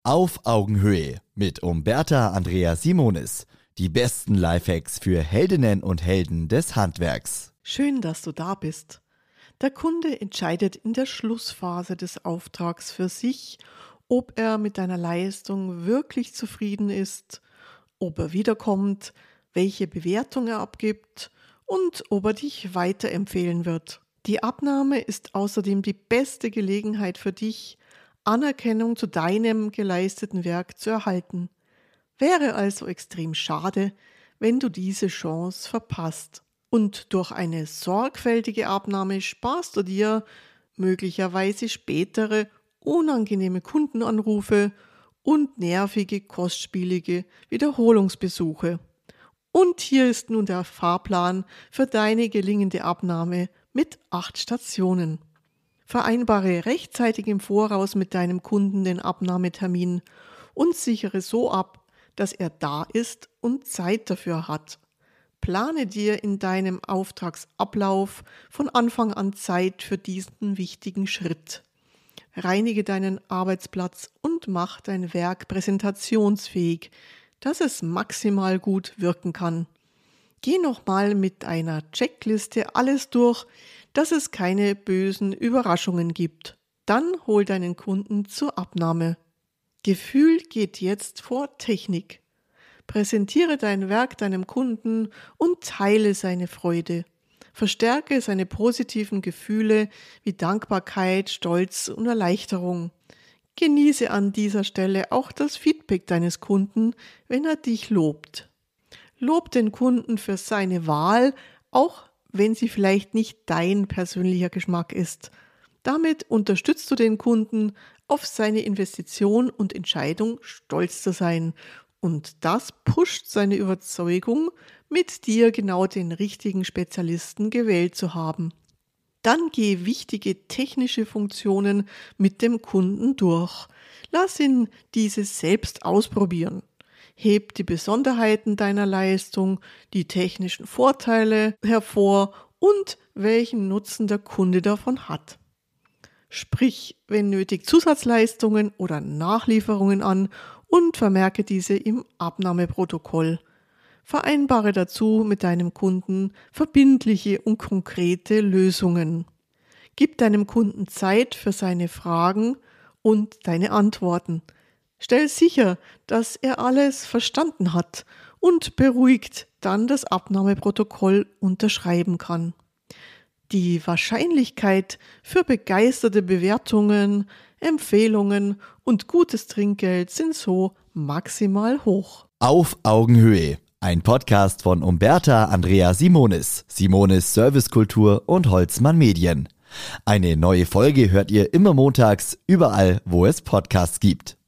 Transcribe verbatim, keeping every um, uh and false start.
Auf Augenhöhe mit Umberta Andrea Simonis. Die besten Lifehacks für Heldinnen und Helden des Handwerks. Schön, dass du da bist. Der Kunde entscheidet in der Schlussphase des Auftrags für sich, ob er mit deiner Leistung wirklich zufrieden ist, ob er wiederkommt, welche Bewertung er abgibt und ob er dich weiterempfehlen wird. Die Abnahme ist außerdem die beste Gelegenheit für dich, Anerkennung zu deinem geleisteten Werk zu erhalten. Wäre also extrem schade, wenn du diese Chance verpasst. Und durch eine sorgfältige Abnahme sparst du dir möglicherweise spätere, unangenehme Kundenanrufe und nervige, kostspielige Wiederholungsbesuche. Und hier ist nun der Fahrplan für deine gelingende Abnahme mit acht Stationen. Vereinbare rechtzeitig im Voraus mit deinem Kunden den Abnahmetermin und sichere so ab, dass er da ist und Zeit dafür hat. Plane dir in deinem Auftragsablauf von Anfang an Zeit für diesen wichtigen Schritt. Reinige deinen Arbeitsplatz und mach dein Werk präsentationsfähig, dass es maximal gut wirken kann. Geh nochmal mit einer Checkliste alles durch, dass es keine bösen Überraschungen gibt. Dann hol deinen Kunden zur Abnahme. Gefühl geht jetzt vor Technik. Präsentiere dein Werk deinem Kunden und teile seine Freude. Verstärke seine positiven Gefühle wie Dankbarkeit, Stolz und Erleichterung. Genieße an dieser Stelle auch das Feedback deines Kunden, wenn er dich lobt. Lob den Kunden für seine Wahl, auch wenn sie vielleicht nicht dein persönlicher Geschmack ist. Damit unterstützt du den Kunden, auf seine Investition und Entscheidung stolz zu sein. Und das pusht seine Überzeugung, mit dir genau den richtigen Spezialisten gewählt zu haben. Dann geh wichtige technische Funktionen mit dem Kunden durch. Lass ihn diese selbst ausprobieren. Heb die Besonderheiten deiner Leistung, die technischen Vorteile hervor und welchen Nutzen der Kunde davon hat. Sprich, wenn nötig, Zusatzleistungen oder Nachlieferungen an und vermerke diese im Abnahmeprotokoll. Vereinbare dazu mit deinem Kunden verbindliche und konkrete Lösungen. Gib deinem Kunden Zeit für seine Fragen und deine Antworten. Stell sicher, dass er alles verstanden hat und beruhigt dann das Abnahmeprotokoll unterschreiben kann. Die Wahrscheinlichkeit für begeisterte Bewertungen, Empfehlungen und gutes Trinkgeld sind so maximal hoch. Auf Augenhöhe. Ein Podcast von Umberta Andrea Simonis, Simonis Servicekultur und Holzmann Medien. Eine neue Folge hört ihr immer montags, überall, wo es Podcasts gibt.